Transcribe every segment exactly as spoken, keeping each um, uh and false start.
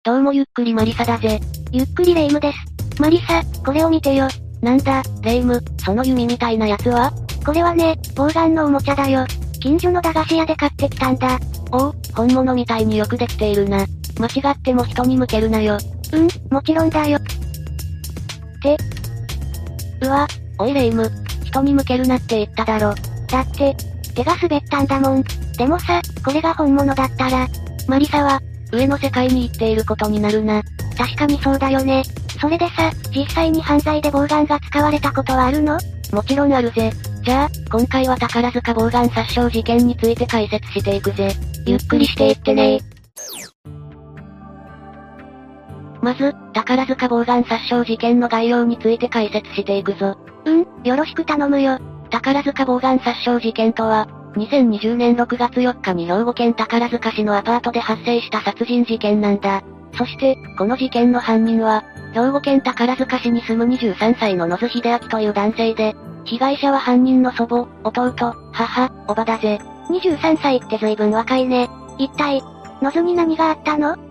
どうもゆっくりマリサだぜ。 ゆっくりレ夢ムです。マリサ、これを見てよ。 なんだ、レ夢ム、その弓みたいなやつは？ これはね、ボウガンのおもちゃだよ。近所の駄菓子屋で買ってきたんだ。 おお、本物みたいによくできているな。間違っても人に向けるなよ。 うん、もちろんだよ。て。うわ、 おいレ夢ム、人に向けるなって言っただろ。 だって、手が滑ったんだもん。でもさ、これが本物だったら、マリサは、 上の世界に行っていることになるな。 確かにそうだよね。それでさ、実際に犯罪でボウガンが使われたことはあるの？ もちろんあるぜ。じゃあ、今回は宝塚ボウガン殺傷事件について解説していくぜ。 ゆっくりしていってねまず、宝塚ボウガン殺傷事件の概要について解説していくぞ。 うん、よろしく頼むよ。 宝塚ボウガン殺傷事件とは、にせんにじゅうねんろくがつよっかに兵庫県宝塚市のアパートで発生した殺人事件なんだ。そして、この事件の犯人は、兵庫県宝塚市に住むにじゅうさんさいの野津秀明という男性で、被害者は犯人の祖母、弟、母、叔母だぜ。 にじゅうさんさいって随分若いね。一体、野津に何があったの？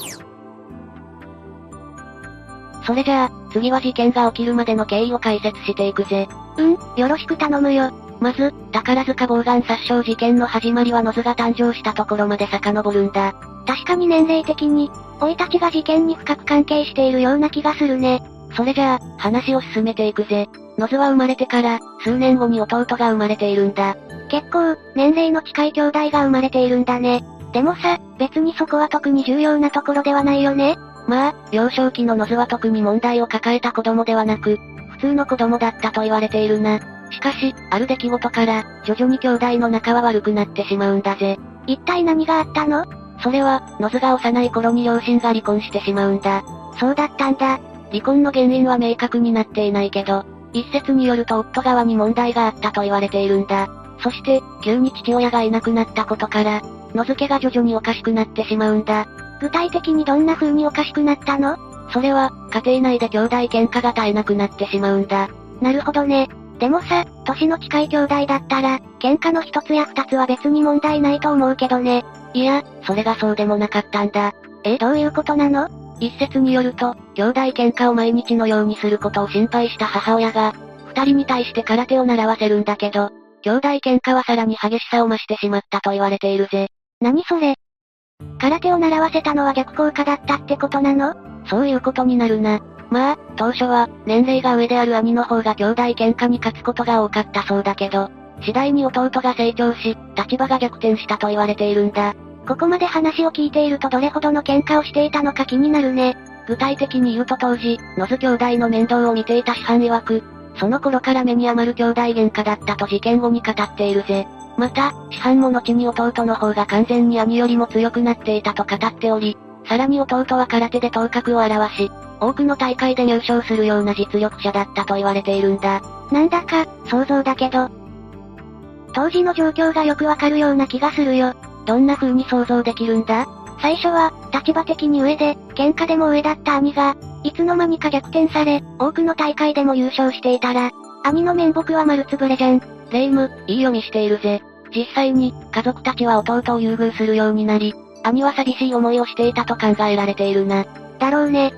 それじゃあ、次は事件が起きるまでの経緯を解説していくぜ。 うん、よろしく頼むよ。 まず、宝塚ボウガン殺傷事件の始まりは野津が誕生したところまで遡るんだ。 確かに年齢的に、おいたちが事件に深く関係しているような気がするね。 それじゃあ、話を進めていくぜ。野津は生まれてから、数年後に弟が生まれているんだ。 結構、年齢の近い兄弟が生まれているんだね。でもさ、別にそこは特に重要なところではないよね。 まあ、幼少期の野津は特に問題を抱えた子供ではなく、普通の子供だったと言われているな。しかし、ある出来事から、徐々に兄弟の仲は悪くなってしまうんだぜ。 一体何があったの？ それは、野津が幼い頃に両親が離婚してしまうんだ。 そうだったんだ。 離婚の原因は明確になっていないけど、一説によると夫側に問題があったと言われているんだ。そして、急に父親がいなくなったことから、野津家が徐々におかしくなってしまうんだ。 具体的にどんな風におかしくなったの？ それは、家庭内で兄弟喧嘩が絶えなくなってしまうんだ。 なるほどね。でもさ、年の近い兄弟だったら、喧嘩の一つや二つは別に問題ないと思うけどね。 いや、それがそうでもなかったんだ。 え、どういうことなの？ 一説によると、兄弟喧嘩を毎日のようにすることを心配した母親が、二人に対して空手を習わせるんだけど、兄弟喧嘩はさらに激しさを増してしまったと言われているぜ。 何それ？空手を習わせたのは逆効果だったってことなの？ そういうことになるな。まあ、当初は、年齢が上である兄の方が兄弟喧嘩に勝つことが多かったそうだけど、次第に弟が成長し、立場が逆転したと言われているんだ。 ここまで話を聞いているとどれほどの喧嘩をしていたのか気になるね。 具体的に言うと当時、野津兄弟の面倒を見ていた師範曰く、その頃から目に余る兄弟喧嘩だったと事件後に語っているぜ。また、師範も後に弟の方が完全に兄よりも強くなっていたと語っており、さらに弟は空手で頭角を現し、多くの大会で入賞するような実力者だったと言われているんだ。 なんだか、想像だけど。当時の状況がよくわかるような気がするよ。 どんな風に想像できるんだ？ 最初は、立場的に上で、喧嘩でも上だった兄が、いつの間にか逆転され、多くの大会でも優勝していたら、兄の面目は丸つぶれじゃん。 レ夢ム、いい読みしているぜ。実際に、家族たちは弟を優遇するようになり、兄は寂しい思いをしていたと考えられているな。 だろうね。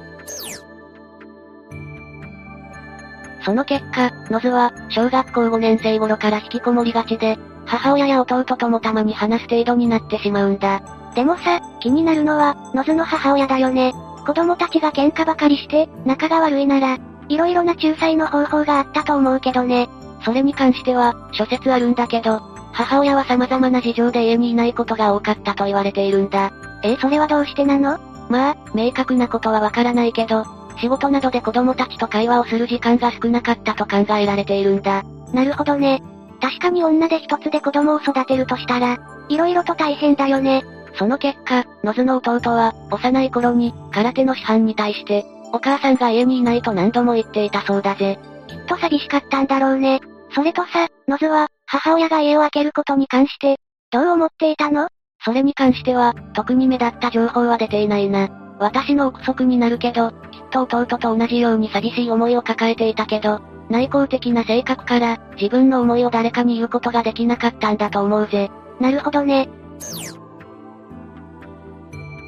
その結果、野津は、小学校ごねん生頃から引きこもりがちで、母親や弟ともたまに話す程度になってしまうんだ。 でもさ、気になるのは、野津の母親だよね。子供たちが喧嘩ばかりして、仲が悪いなら、いろいろな仲裁の方法があったと思うけどね。 それに関しては、諸説あるんだけど、母親は様々な事情で家にいないことが多かったと言われているんだ。 えー、それはどうしてなの？ まあ、明確なことはわからないけど、仕事などで子供たちと会話をする時間が少なかったと考えられているんだ。 なるほどね。確かに女で一つで子供を育てるとしたら、いろいろと大変だよね。 その結果、野津の弟は、幼い頃に、空手の師範に対して、お母さんが家にいないと何度も言っていたそうだぜ。 きっと寂しかったんだろうね。それとさ、野津は、母親が家を空けることに関して、どう思っていたの？ それに関しては、特に目立った情報は出ていないな。私の憶測になるけど、きっと弟と同じように寂しい思いを抱えていたけど、内向的な性格から、自分の思いを誰かに言うことができなかったんだと思うぜ。 なるほどね。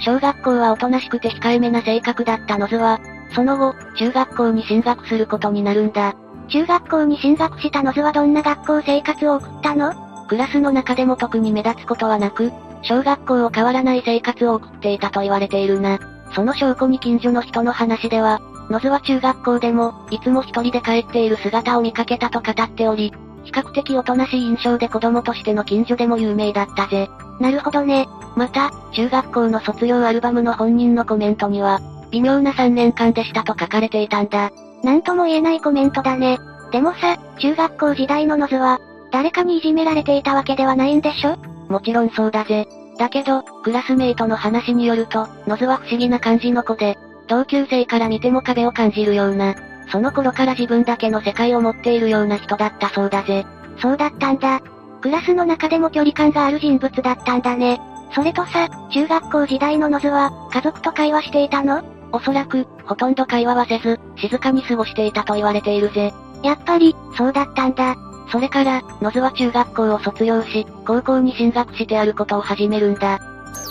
小学校はおとなしくて控えめな性格だったノズは、その後、中学校に進学することになるんだ。 中学校に進学したノズはどんな学校生活を送ったの？ クラスの中でも特に目立つことはなく、小学校を変わらない生活を送っていたと言われているな。その証拠に近所の人の話では、ノズは中学校でも、いつも一人で帰っている姿を見かけたと語っており、比較的おとなしい印象で子供としての近所でも有名だったぜ。 なるほどね。 また、中学校の卒業アルバムの本人のコメントには、微妙なさんねんかんでしたと書かれていたんだ。 なんとも言えないコメントだね。でもさ、中学校時代のノズは、誰かにいじめられていたわけではないんでしょ？ もちろんそうだぜ。だけど、クラスメイトの話によると、ノズは不思議な感じの子で、同級生から見ても壁を感じるような、その頃から自分だけの世界を持っているような人だったそうだぜ。 そうだったんだ。クラスの中でも距離感がある人物だったんだね。それとさ、中学校時代のノズは、家族と会話していたの？ おそらく、ほとんど会話はせず、静かに過ごしていたと言われているぜ。 やっぱり、そうだったんだ。 それから、ノズは中学校を卒業し、高校に進学してあることを始めるんだ。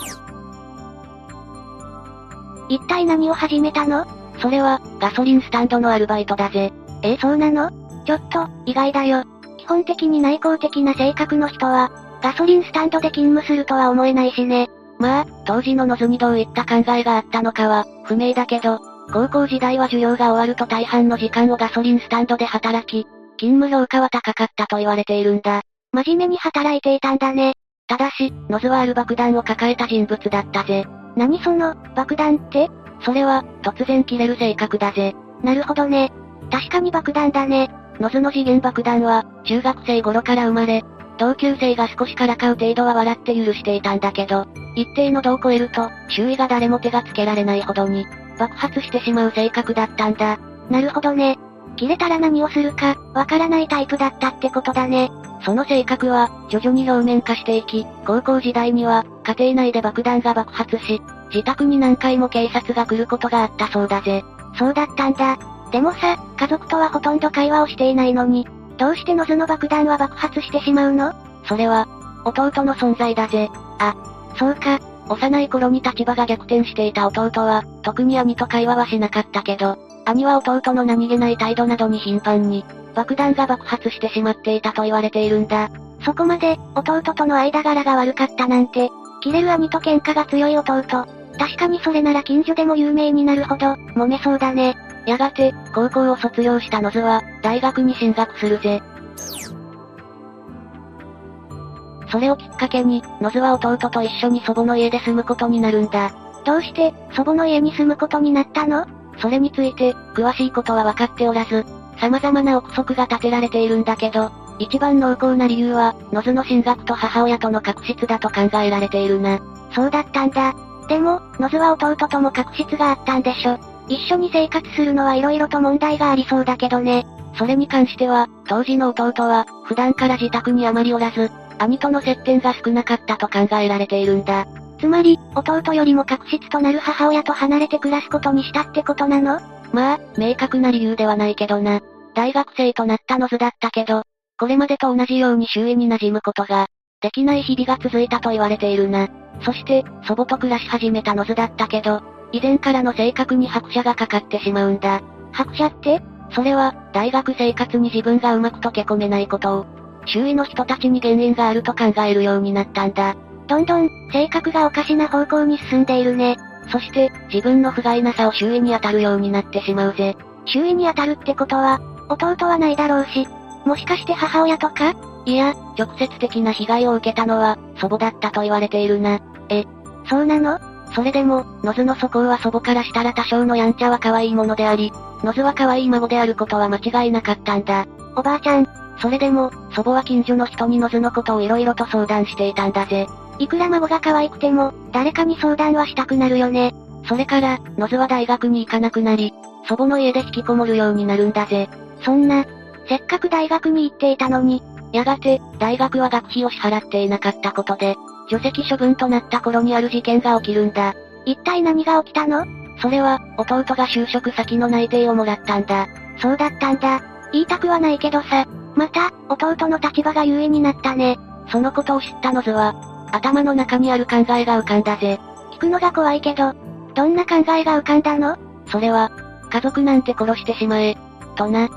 一体何を始めたの？ それは、ガソリンスタンドのアルバイトだぜ。 えー、そうなの？ちょっと、意外だよ。基本的に内向的な性格の人は、ガソリンスタンドで勤務するとは思えないしね。 まあ、当時のノズにどういった考えがあったのかは、不明だけど、高校時代は授業が終わると大半の時間をガソリンスタンドで働き、勤務評価は高かったと言われているんだ。 真面目に働いていたんだね。 ただし、ノズはある爆弾を抱えた人物だったぜ。 何その、爆弾って？ それは、突然切れる性格だぜ。 なるほどね。確かに爆弾だね。 ノズの次元爆弾は、中学生頃から生まれ、同級生が少しからかう程度は笑って許していたんだけど、一定の度を超えると、周囲が誰も手がつけられないほどに、爆発してしまう性格だったんだ。 なるほどね。切れたら何をするか、わからないタイプだったってことだね。 その性格は、徐々に表面化していき、高校時代には、家庭内で爆弾が爆発し、自宅に何回も警察が来ることがあったそうだぜ。 そうだったんだ。でもさ、家族とはほとんど会話をしていないのに、どうしてノズの爆弾は爆発してしまうの？ それは、弟の存在だぜ。 あ、そうか。 幼い頃に立場が逆転していた弟は、特に兄と会話はしなかったけど、兄は弟の何気ない態度などに頻繁に、爆弾が爆発してしまっていたと言われているんだ。 そこまで、弟との間柄が悪かったなんて、切れる兄と喧嘩が強い弟。確かにそれなら近所でも有名になるほど、揉めそうだね。 やがて、高校を卒業したノズは、大学に進学するぜ。それをきっかけに、ノズは弟と一緒に祖母の家で住むことになるんだ。 どうして、祖母の家に住むことになったの？ それについて、詳しいことは分かっておらず、様々な憶測が立てられているんだけど、一番濃厚な理由は、ノズの進学と母親との確執だと考えられているな。 そうだったんだ。でも、ノズは弟とも確執があったんでしょ。一緒に生活するのは色々と問題がありそうだけどね。 それに関しては、当時の弟は、普段から自宅にあまりおらず、兄との接点が少なかったと考えられているんだ。 つまり、弟よりも確執となる母親と離れて暮らすことにしたってことなの？ まあ、明確な理由ではないけどな。大学生となったノズだったけど、これまでと同じように周囲に馴染むことが、できない日々が続いたと言われているな。そして、祖母と暮らし始めたノズだったけど、以前からの性格に拍車がかかってしまうんだ。 拍車って？ それは、大学生活に自分がうまく溶け込めないことを、周囲の人たちに原因があると考えるようになったんだ。 どんどん、性格がおかしな方向に進んでいるね。 そして、自分の不甲斐なさを周囲に当たるようになってしまうぜ。 周囲に当たるってことは、弟はないだろうし、もしかして母親とか？ いや、直接的な被害を受けたのは、祖母だったと言われているな。 え、そうなの？ それでも、ノズの素行は祖母からしたら多少のやんちゃは可愛いものであり、ノズは可愛い孫であることは間違いなかったんだ。 おばあちゃん。 それでも、祖母は近所の人にノズのことを色々と相談していたんだぜ。 いくら孫が可愛くても、誰かに相談はしたくなるよね。 それから、ノズは大学に行かなくなり、祖母の家で引きこもるようになるんだぜ。 そんな、せっかく大学に行っていたのに、 やがて、大学は学費を支払っていなかったことで、除籍処分となった頃にある事件が起きるんだ。 一体何が起きたの？ それは、弟が就職先の内定をもらったんだ。 そうだったんだ。言いたくはないけどさ、また、弟の立場が優位になったね。 そのことを知ったノズは、頭の中にある考えが浮かんだぜ。 聞くのが怖いけど、どんな考えが浮かんだの？ それは、家族なんて殺してしまえ、とな。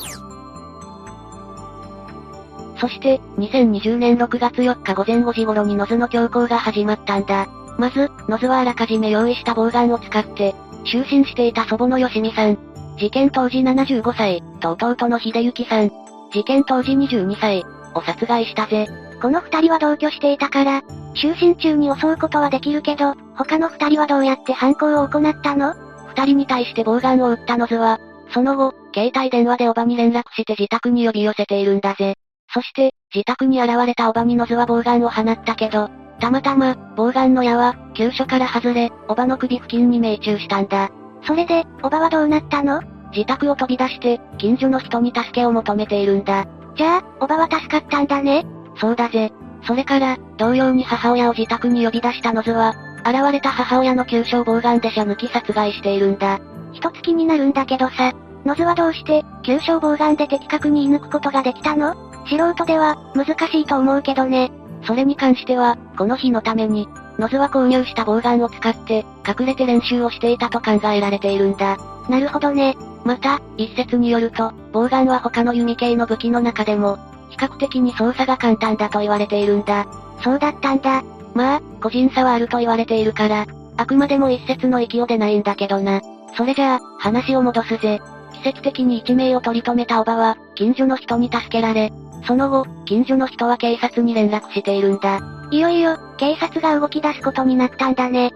そして、にせんにじゅうねんろくがつよっかごぜんごじ頃に野津の強行が始まったんだ。まず、野津はあらかじめ用意したボウガンを使って、就寝していた祖母の吉見さん、事件当時ななじゅうごさい、と弟の秀幸さん、事件当時にじゅうにさい、を殺害したぜ。 この二人は同居していたから、就寝中に襲うことはできるけど、他の二人はどうやって犯行を行ったの？ 二人に対してボウガンを撃った野津は、その後、携帯電話で叔母に連絡して自宅に呼び寄せているんだぜ。そして、自宅に現れた叔母に野津はボウガンを放ったけど、たまたま、ボウガンの矢は、急所から外れ、叔母の首付近に命中したんだ。 それで、叔母はどうなったの？ 自宅を飛び出して、近所の人に助けを求めているんだ。 じゃあ、叔母は助かったんだね。 そうだぜ。それから、同様に母親を自宅に呼び出した野津は、現れた母親の急所をボウガンで射抜き殺害しているんだ。 一つ気になるんだけどさ、野津はどうして、急所をボウガンで的確に射抜くことができたの？素人では、難しいと思うけどね。 それに関しては、この日のために、野津は購入したボウガンを使って、隠れて練習をしていたと考えられているんだ。 なるほどね。 また、一説によると、ボウガンは他の弓系の武器の中でも、比較的に操作が簡単だと言われているんだ。 そうだったんだ。 まあ、個人差はあると言われているから、あくまでも一説の域を出ないんだけどな。それじゃあ、話を戻すぜ。奇跡的に一命を取り留めた叔母は、近所の人に助けられ、その後、近所の人は警察に連絡しているんだ。 いよいよ、警察が動き出すことになったんだね。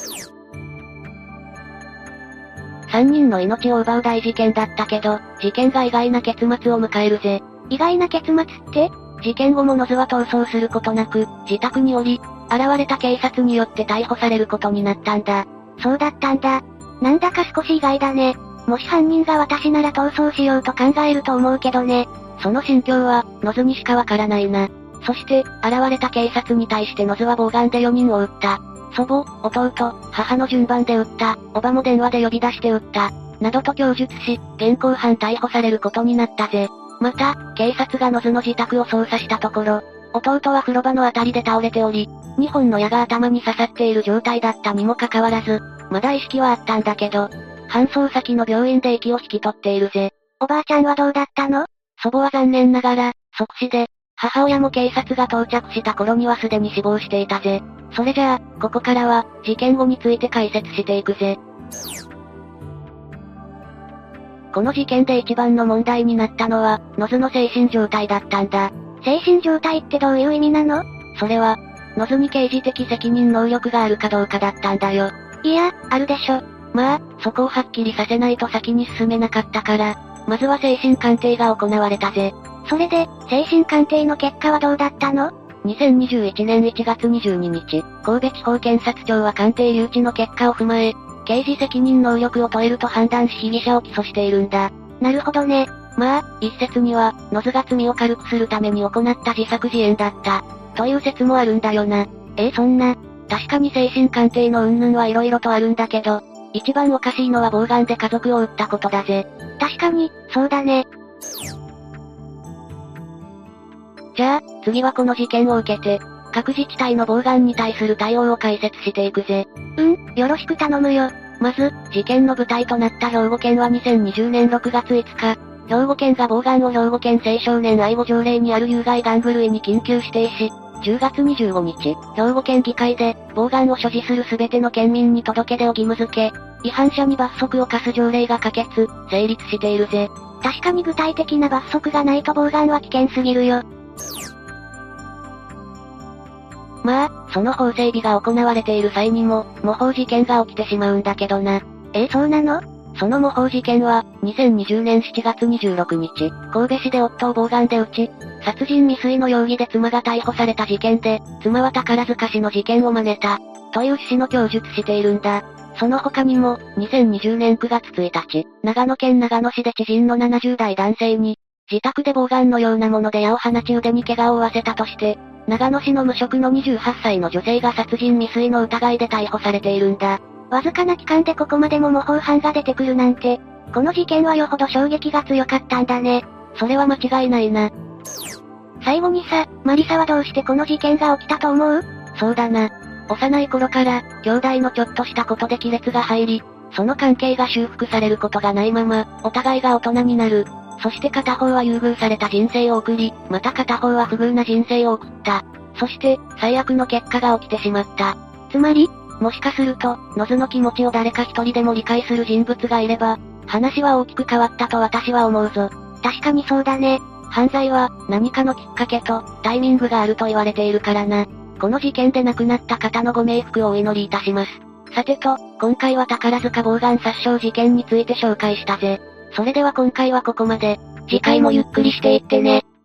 三人の命を奪う大事件だったけど、事件が意外な結末を迎えるぜ。 意外な結末って？ 事件後も野津は逃走することなく、自宅におり、現れた警察によって逮捕されることになったんだ。 そうだったんだ。なんだか少し意外だね。もし犯人が私なら逃走しようと考えると思うけどね。 その心境は、野津にしかわからないな。そして、現れた警察に対して野津はボウガンでよにんを撃った。祖母、弟、母の順番で撃った、叔母も電話で呼び出して撃った、などと供述し、現行犯逮捕されることになったぜ。また、警察が野津の自宅を捜査したところ、弟は風呂場のあたりで倒れており、にほんの矢が頭に刺さっている状態だったにもかかわらず、まだ意識はあったんだけど、搬送先の病院で息を引き取っているぜ。 おばあちゃんはどうだったの？ 祖母は残念ながら、即死で、母親も警察が到着した頃にはすでに死亡していたぜ。それじゃあ、ここからは、事件後について解説していくぜ。この事件で一番の問題になったのは、野津の精神状態だったんだ。 精神状態ってどういう意味なの？ それは、野津に刑事的責任能力があるかどうかだったんだよ。 いや、あるでしょ。 まあ、そこをはっきりさせないと先に進めなかったから、まずは精神鑑定が行われたぜ。 それで、精神鑑定の結果はどうだったの？ にせんにじゅういちねんいちがつにじゅうににち、神戸地方検察庁は鑑定留置の結果を踏まえ、刑事責任能力を問えると判断し被疑者を起訴しているんだ。 なるほどね。 まあ、一説には、野津が罪を軽くするために行った自作自演だった、という説もあるんだよな。 えー、そんな。 確かに精神鑑定の云々はいろいろとあるんだけど、一番おかしいのはボウガンで家族を撃ったことだぜ。 確かに、そうだね。 じゃあ、次はこの事件を受けて、各自治体のボウガンに対する対応を解説していくぜ。 うん、よろしく頼むよ。 まず、事件の舞台となった兵庫県はにせんにじゅうねんろくがついつか、兵庫県がボウガンを兵庫県青少年愛護条例にある有害玩具類に緊急指定し、じゅうがつにじゅうごにち、兵庫県議会で、ボウガンを所持するすべての県民に届け出を義務付け、違反者に罰則を課す条例が可決、成立しているぜ。 確かに具体的な罰則がないとボウガンは危険すぎるよ。 まあ、その法整備が行われている際にも、模倣事件が起きてしまうんだけどな。 えー、そうなの？ その模倣事件は、にせんにじゅうねんしちがつにじゅうろくにち、神戸市で夫をボウガンで撃ち、殺人未遂の容疑で妻が逮捕された事件で、妻は宝塚市の事件を真似た、という趣旨の供述しているんだ。その他にも、にせんにじゅうねんくがつついたち、長野県長野市で知人のななじゅうだい男性に、自宅でボウガンのようなもので矢を放ち腕に怪我を負わせたとして、長野市の無職のにじゅうはっさいの女性が殺人未遂の疑いで逮捕されているんだ。 わずかな期間でここまでも模倣犯が出てくるなんて、この事件はよほど衝撃が強かったんだね。 それは間違いないな。 最後にさ、マリサはどうしてこの事件が起きたと思う？ そうだな。 幼い頃から、兄弟のちょっとしたことで亀裂が入り、その関係が修復されることがないまま、お互いが大人になる。そして片方は優遇された人生を送り、また片方は不遇な人生を送った。そして、最悪の結果が起きてしまった。 つまり、 もしかすると、ノズの気持ちを誰か一人でも理解する人物がいれば、話は大きく変わったと私は思うぞ。 確かにそうだね。 犯罪は、何かのきっかけと、タイミングがあると言われているからな。この事件で亡くなった方のご冥福をお祈りいたします。さてと、今回は宝塚暴眼殺傷事件について紹介したぜ。それでは今回はここまで。次回もゆっくりしていってね。